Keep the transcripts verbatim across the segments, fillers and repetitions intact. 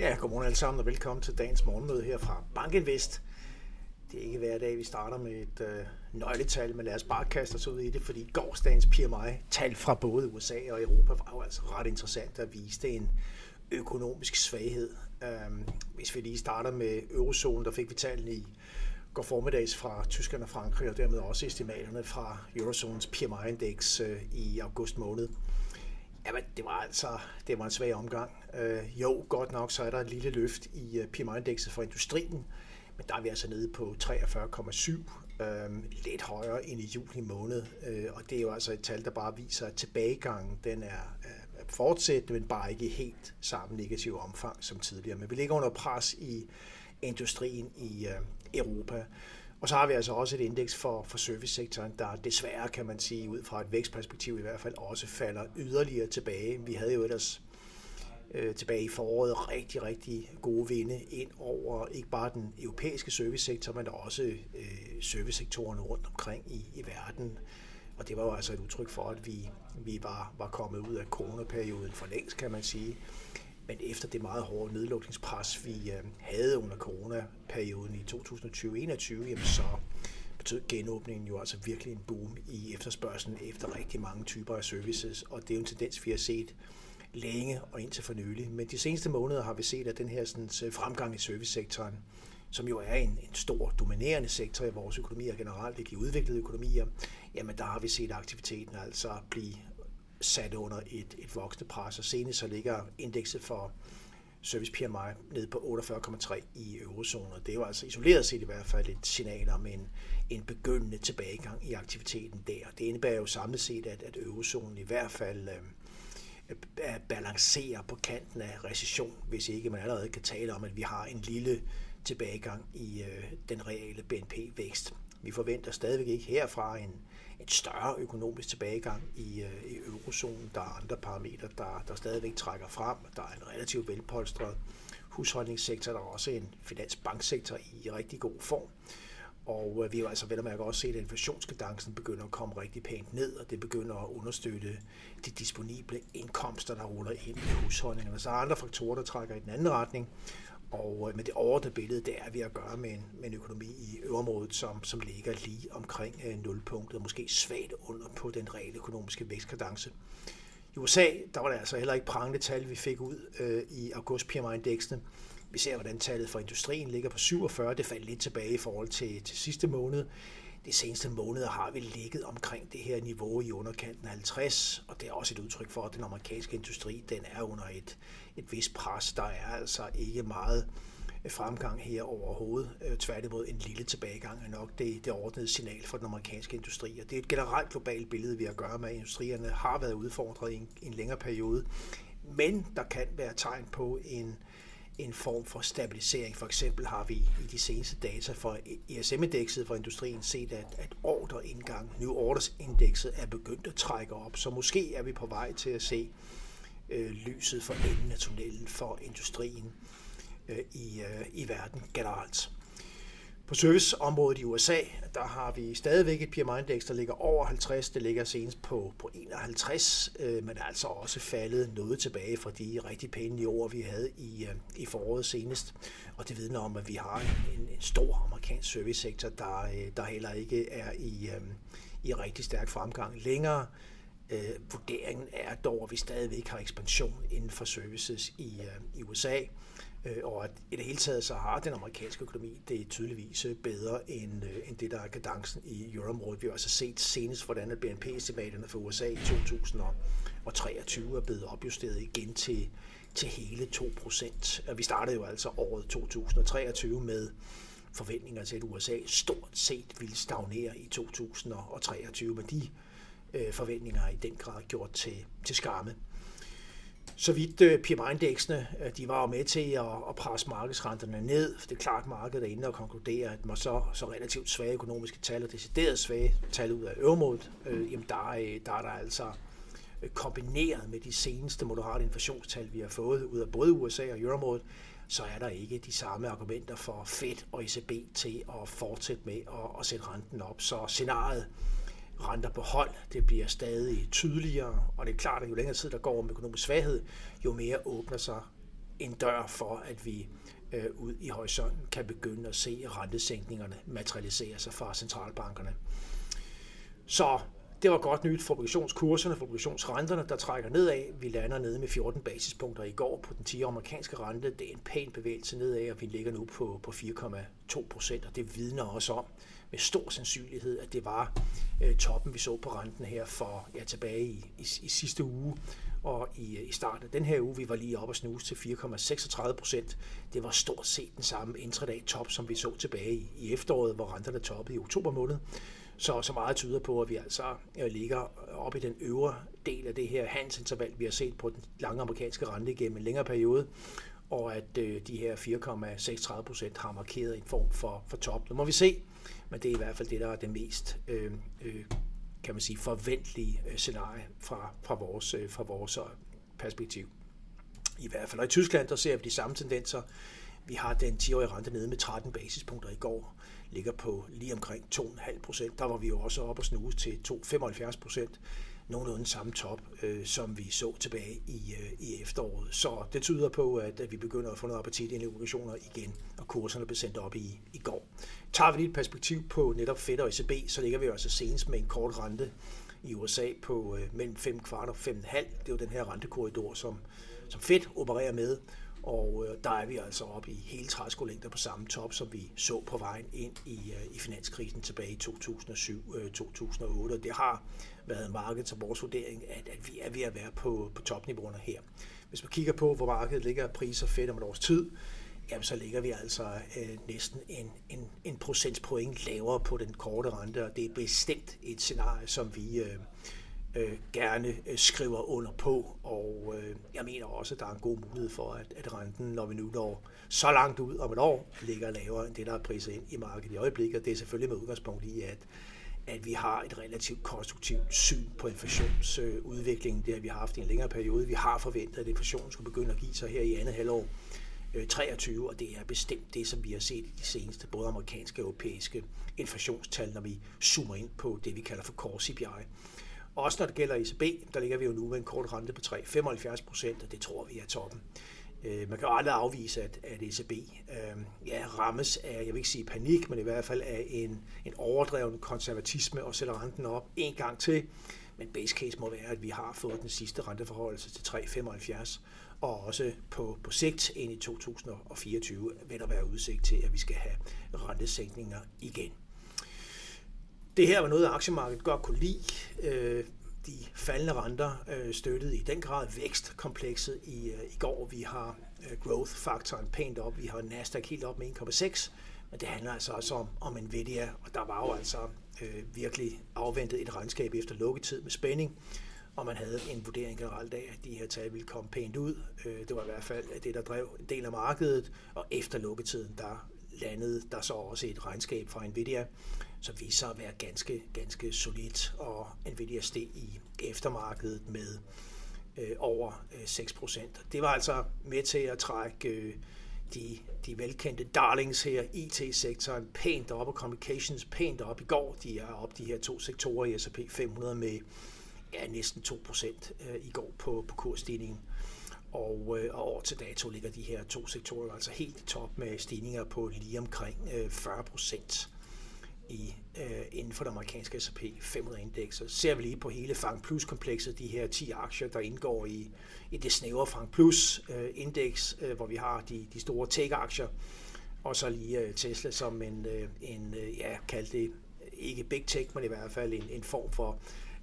Ja, godmorgen alle sammen og velkommen til dagens morgenmøde her fra BankInvest. Det er ikke hver dag, vi starter med et øh, nøgletal, men lad os bare kaste os ud i det, fordi gårsdagens P M I-tal fra både U S A og Europa var jo altså ret interessant at viste en økonomisk svaghed. Um, hvis vi lige starter med eurozonen, der fik vi tallene i går formiddags fra Tyskland og Frankrig, og dermed også estimaterne fra eurozonens P M I-indeks øh, i august måned. Jamen, det var altså det var en svag omgang. Øh, jo, godt nok, så er der et lille løft i uh, P M I-indekset for industrien, men der er vi altså nede på treogfyrre komma syv, øh, lidt højere end i juli måned, øh, og det er jo altså et tal, der bare viser, at tilbagegangen den er øh, fortsættende, men bare ikke i helt samme negative omfang som tidligere. Men vi ligger under pres i industrien i øh, Europa. Og så har vi altså også et indeks for, for servicesektoren, der desværre, kan man sige, ud fra et vækstperspektiv i hvert fald, også falder yderligere tilbage. Vi havde jo ellers øh, tilbage i foråret rigtig, rigtig gode vinde ind over ikke bare den europæiske servicesektor, men også øh, servicesektorerne rundt omkring i, i verden. Og det var jo altså et udtryk for, at vi, vi var, var kommet ud af coronaperioden for længst, kan man sige. Men efter det meget hårde nedlukningspres, vi øh, havde under coronaperioden i to tusind og tyve til enogtyve, jamen så betød genåbningen jo altså virkelig en boom i efterspørgselen efter rigtig mange typer af services, og det er jo en tendens, vi har set længe og indtil for nylig. Men de seneste måneder har vi set, at den her sådan, fremgang i servicesektoren, som jo er en, en stor dominerende sektor i vores økonomier generelt, i de udviklede økonomier, jamen der har vi set aktiviteten altså blive sat under et, et voksende pres, og senest så ligger indekset for service P M I nede på otteogfyrre komma tre i eurozonen. Det er jo altså isoleret set i hvert fald et signal om en, en begyndende tilbagegang i aktiviteten der. Det indebærer jo samlet set, at, at eurozonen i hvert fald øh, balancerer på kanten af recession, hvis ikke man allerede kan tale om, at vi har en lille tilbagegang i øh, den reale B N P-vækst. Vi forventer stadigvæk ikke herfra en en større økonomisk tilbagegang i, øh, i eurozonen. Der er andre parametre, der, der stadigvæk trækker frem. Der er en relativt velpolstret husholdningssektor, der er også en finansbanksektor i rigtig god form. Og øh, vi har jo altså vel at mærke også set, at inflationskadencen begynder at komme rigtig pænt ned, og det begynder at understøtte de disponible indkomster, der ruller ind i husholdningerne. Så er andre faktorer, der trækker i den anden retning. Og med det overordnede billede, det er vi at gøre med en, med en økonomi i øvrigt, som, som ligger lige omkring øh, nulpunktet, måske svagt under på den reelle økonomiske vækstkadence. I U S A, der var det altså heller ikke prangende tal, vi fik ud øh, i august P M I-indeksene. Vi ser, hvordan tallet for industrien ligger på syvogfyrre. Det faldt lidt tilbage i forhold til, til sidste måned. De seneste måneder har vi ligget omkring det her niveau i underkanten af halvtreds, og det er også et udtryk for, at den amerikanske industri den er under et, et vist pres. Der er altså ikke meget fremgang her overhovedet. Tværtimod en lille tilbagegang er nok det, det ordnede signal for den amerikanske industri. Og det er et generelt globalt billede, vi har at gøre med. Industrierne har været udfordret i en, en længere periode, men der kan være tegn på en en form for stabilisering. For eksempel har vi i de seneste data for E S M-indekset for industrien set, at, at ordreindgang, new orders-indekset er begyndt at trække op, så måske er vi på vej til at se øh, lyset for enden af tunnelen for industrien øh, i, øh, i verden generelt. På serviceområdet i U S A, der har vi stadigvæk et P M I-indeks, der ligger over halvtreds. Det ligger senest på, på enoghalvtreds, øh, men er altså også faldet noget tilbage fra de rigtig pæne niveauer, vi havde i, øh, i foråret senest. Og det vidner om, at vi har en, en stor amerikansk servicesektor, der, øh, der heller ikke er i, øh, i rigtig stærk fremgang længere. Øh, vurderingen er dog, at vi stadigvæk har ekspansion inden for services i, øh, i U S A. Og at i det hele taget så har den amerikanske økonomi det tydeligvis bedre end, end det, der er kadencen i euroområdet. Vi har også set senest, hvordan B N P-estimaterne for U S A i to tusind og treogtyve er blevet opjusteret igen til, til hele to procent. Vi startede jo altså året to tusind og treogtyve med forventninger til, at U S A stort set ville stagnere i to tusind og treogtyve, men de øh, forventninger er i den grad gjort til, til skamme. Så vidt P M I-indeksene, de var jo med til at presse markedsrenterne ned. Det er klart, markedet er inde og konkluderer, at man så, så relativt svage økonomiske tal og decideret svage tal ud af euroområdet, øh, jamen der er, der er der altså kombineret med de seneste moderate inflationstal, vi har fået ud af både U S A og euroområdet, så er der ikke de samme argumenter for Fed og E C B til at fortsætte med at, at sætte renten op. Så scenariet renter på hold, det bliver stadig tydeligere, og det er klart, at jo længere tid der går om økonomisk svaghed, jo mere åbner sig en dør for, at vi øh, ud i horisonten kan begynde at se rentesænkningerne materialisere sig fra centralbankerne. Så det var godt nyt for obligationskurserne, for obligationsrenterne, der trækker nedad. Vi lander nede med fjorten basispunkter i går på den ti-årige amerikanske rente. Det er en pæn bevægelse nedad, og vi ligger nu på, på fire komma to procent, og det vidner også om med stor sandsynlighed, at det var øh, toppen, vi så på renten her for ja, tilbage i, i, i sidste uge, og i, i starten af den her uge, vi var lige oppe og snuse til fire komma seksogtredive procent. Det var stort set den samme intradag-top, som vi så tilbage i, i efteråret, hvor renterne toppede i oktober måned. Så, så meget tyder på, at vi altså ligger oppe i den øvre del af det her handelsinterval, vi har set på den lange amerikanske rente gennem en længere periode, og at øh, de her fire komma seksogtredive procent har markeret en form for, for top. Nu må vi se, men det er i hvert fald det, der er det mest øh, øh, kan man sige, forventelige øh, scenarie fra, fra, vores, øh, fra vores perspektiv. I hvert fald, og i Tyskland, der ser vi de samme tendenser. Vi har den ti-årige rente nede med tretten basispunkter i går, ligger på lige omkring to komma fem procent. Der var vi jo også oppe og snuse til to komma femoghalvfjerds procent. Nogenlunde samme top, øh, som vi så tilbage i, øh, i efteråret. Så det tyder på, at, at vi begynder at få noget appetit ind i obligationer igen, og kurserne blev sendt op i, i går. Tager vi lige et perspektiv på netop Fed og E C B, så ligger vi jo altså senest med en kort rente i U S A på øh, mellem fem kvart og fem komma fem. Det er jo den her rentekorridor, som, som Fed opererer med. Og øh, der er vi altså oppe i hele træskolængder på samme top, som vi så på vejen ind i, øh, i finanskrisen tilbage i to tusind og syv til to tusind og otte. Og det har været markedet til vores vurdering, at, at vi er ved at være på, på topniveauerne her. Hvis man kigger på, hvor markedet ligger priser Fed om et års tid, jamen, så ligger vi altså øh, næsten en, en, en procentpoint lavere på den korte rente, og det er bestemt et scenarie, som vi øh, øh, gerne øh, skriver under på, og øh, jeg mener også, at der er en god mulighed for, at, at renten, når vi nu når så langt ud om et år, ligger lavere end det, der er priset ind i markedet i øjeblikket. Det er selvfølgelig med udgangspunkt i, at, at vi har et relativt konstruktivt syn på inflationsudviklingen. Det har vi haft i en længere periode. Vi har forventet, at inflationen skulle begynde at give sig her i andet halvår treogtyve, og det er bestemt det, som vi har set i de seneste, både amerikanske og europæiske inflationstal, når vi zoomer ind på det, vi kalder for core C P I. Også når det gælder E C B, der ligger vi jo nu med en kort rente på tre komma femoghalvfjerds procent, og det tror vi er toppen. Man kan jo aldrig afvise, at, at E C B øh, ja, rammes af, jeg vil ikke sige panik, men i hvert fald af en, en overdreven konservatisme og sætter renten op en gang til. Men base case må være, at vi har fået den sidste renteforholdelse til tre komma femoghalvfjerds, og også på, på sigt ind i to tusind og fireogtyve vil der være udsigt til, at vi skal have rentesænkninger igen. Det her var noget, aktiemarkedet godt kunne lide. De faldende renter støttede i den grad vækstkomplekset i, i går. Vi har growth-faktoren pænt op, vi har Nasdaq helt op med en komma seks, men det handler altså også om, om Nvidia, og der var jo altså øh, virkelig afventet et regnskab efter lukketid med spænding, og man havde en vurdering generelt af, at de her tal ville komme pænt ud. Det var i hvert fald det, der drev en del af markedet, og efter lukketiden, der landede der så også et regnskab fra Nvidia, som viste sig at være ganske, ganske solidt, og Nvidia steg i eftermarkedet med øh, over øh, seks procent. Det var altså med til at trække øh, de, de velkendte darlings her, I T-sektoren pænt op, og communications pænt op i går. De er op, de her to sektorer i S og P fem hundrede med ja, næsten to procent øh, i går på, på kursstigningen. Og, øh, og år til dato ligger de her to sektorer altså helt i top med stigninger på lige omkring øh, fyrre procent i, øh, inden for det amerikanske S og P fem hundrede indeks. Så ser vi lige på hele Fang Plus-komplekset, de her ti aktier, der indgår i, i det snævre Fang Plus-indeks, øh, øh, hvor vi har de, de store tech-aktier, og så lige øh, Tesla som en, øh, en øh, ja, kald det ikke big tech, men i hvert fald en, en form for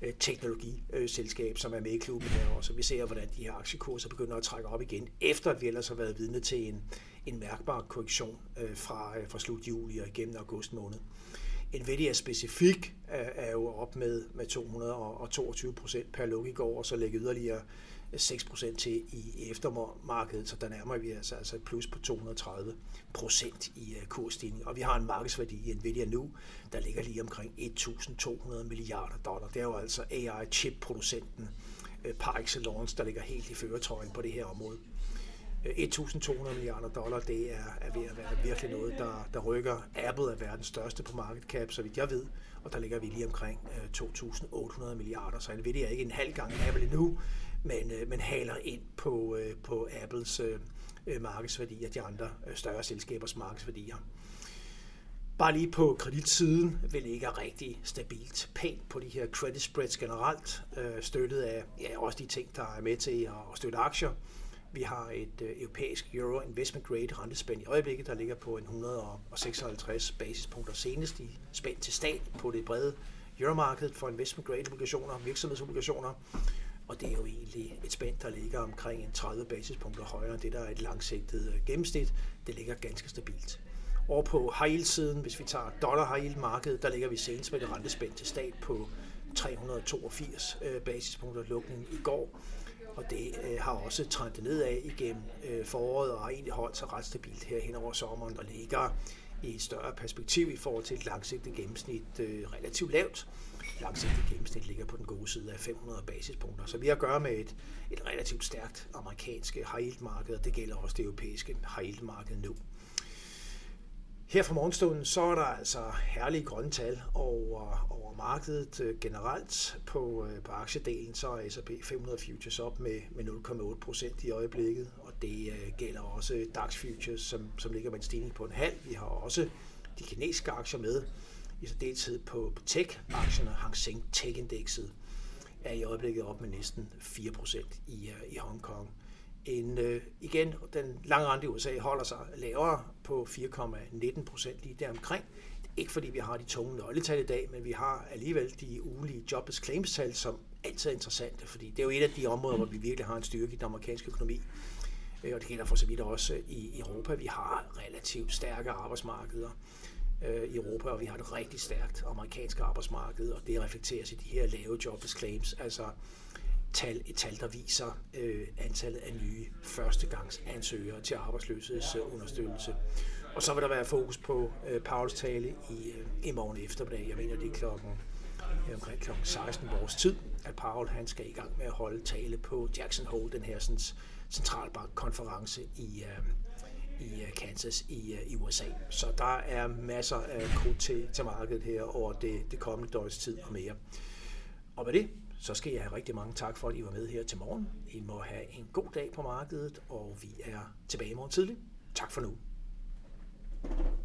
teknologiselskab, som er med i klubben her også. Vi ser, hvordan de her aktiekurser begynder at trække op igen, efter at vi ellers har været vidne til en, en mærkbar korrektion øh, fra, øh, fra slut juli og igennem august måned. Nvidia specifik er, er jo op med, med to hundrede og toogtyve procent per luk i går, og så lægger yderligere seks procent til i eftermarkedet, så der nærmer vi altså, altså et plus på to hundrede og tredive procent i uh, kursstigning. Og vi har en markedsværdi i Nvidia nu, der ligger lige omkring et tusind to hundrede milliarder dollar. Det er jo altså A I-chip-producenten uh, par excellence, der ligger helt i førertrøjen på det her område. Uh, et tusind to hundrede milliarder dollar, det er, er ved at være virkelig noget, der, der rykker. Apple er verdens største på market cap, så vidt jeg ved, og der ligger vi lige omkring uh, to tusind otte hundrede milliarder, så Nvidia er ikke en halv gang Apple endnu, men, øh, men haler ind på, øh, på Apples øh, øh, markedsværdier, de andre øh, større selskabers markedsværdier. Bare lige på kreditsiden vil ligge rigtig stabilt pænt på de her credit spreads generelt, øh, støttet af ja, også de ting, der er med til at støtte aktier. Vi har et øh, europæisk euro investment grade rentespænd i øjeblikket, der ligger på en et hundrede og seksoghalvtreds basispunkter senest i spænd til stat på det brede euromarked for investment grade obligationer, virksomhedsobligationer. Og det er jo egentlig et spænd, der ligger omkring en tredive basispunkter højere end det, der er et langsigtet gennemsnit. Det ligger ganske stabilt. Over på high yield-siden, hvis vi tager dollar high yield-markedet, der ligger vi senest med det rentespænd til stat på tre hundrede og toogfirs basispunkter lukning i går. Og det øh, har også trendet nedad igennem øh, foråret og har egentlig holdt sig ret stabilt her hen over sommeren og ligger i et større perspektiv i forhold til et langsigtet gennemsnit øh, relativt lavt. Langsigtet gennemsnit ligger på den gode side af fem hundrede basispunkter. Så vi har at gøre med et, et relativt stærkt amerikansk high yield marked, og det gælder også det europæiske high yield marked nu. Her fra morgenstunden, så er der altså herlige grønne tal over, over markedet generelt. På, på aktiedelen, så er S og P fem hundrede Futures op med, med nul komma otte procent i øjeblikket, og det uh, gælder også DAX Futures, som, som ligger med en stigning på en halv. Vi har også de kinesiske aktier med, i særdeleshed på, på tech-aktierne. Hang Seng Tech-indekset er i øjeblikket op med næsten fire procent i, uh, i Hongkong. En, øh, igen, den lange rente i U S A holder sig lavere på fire komma nitten procent lige deromkring. Ikke fordi vi har de tunge nøgletal i dag, men vi har alligevel de ugelige jobless claims-tal, som altid er interessante, fordi det er jo et af de områder, hvor vi virkelig har en styrke i den amerikanske økonomi. Og det gælder for så vidt også i Europa. Vi har relativt stærke arbejdsmarkeder i Europa, og vi har et rigtig stærkt amerikansk arbejdsmarked, og det reflekteres i de her lave jobless claims, altså Tal, et tal, der viser øh, antallet af nye førstegangsansøgere til arbejdsløshedsunderstøttelse. Og så vil der være fokus på øh, Powells tale i, øh, i morgen eftermiddag. Jeg mener, det er klokken, øh, omkring klokken seksten vores tid, at Powell han skal i gang med at holde tale på Jackson Hole, den her sådan, centralbankkonference i, øh, i Kansas i, uh, i U S A. Så der er masser af krudt til, til markedet her over det, det kommende døgns tid og mere. Og med det, så skal jeg have rigtig mange tak for, at I var med her til morgen. I må have en god dag på markedet, og vi er tilbage i morgen tidlig. Tak for nu.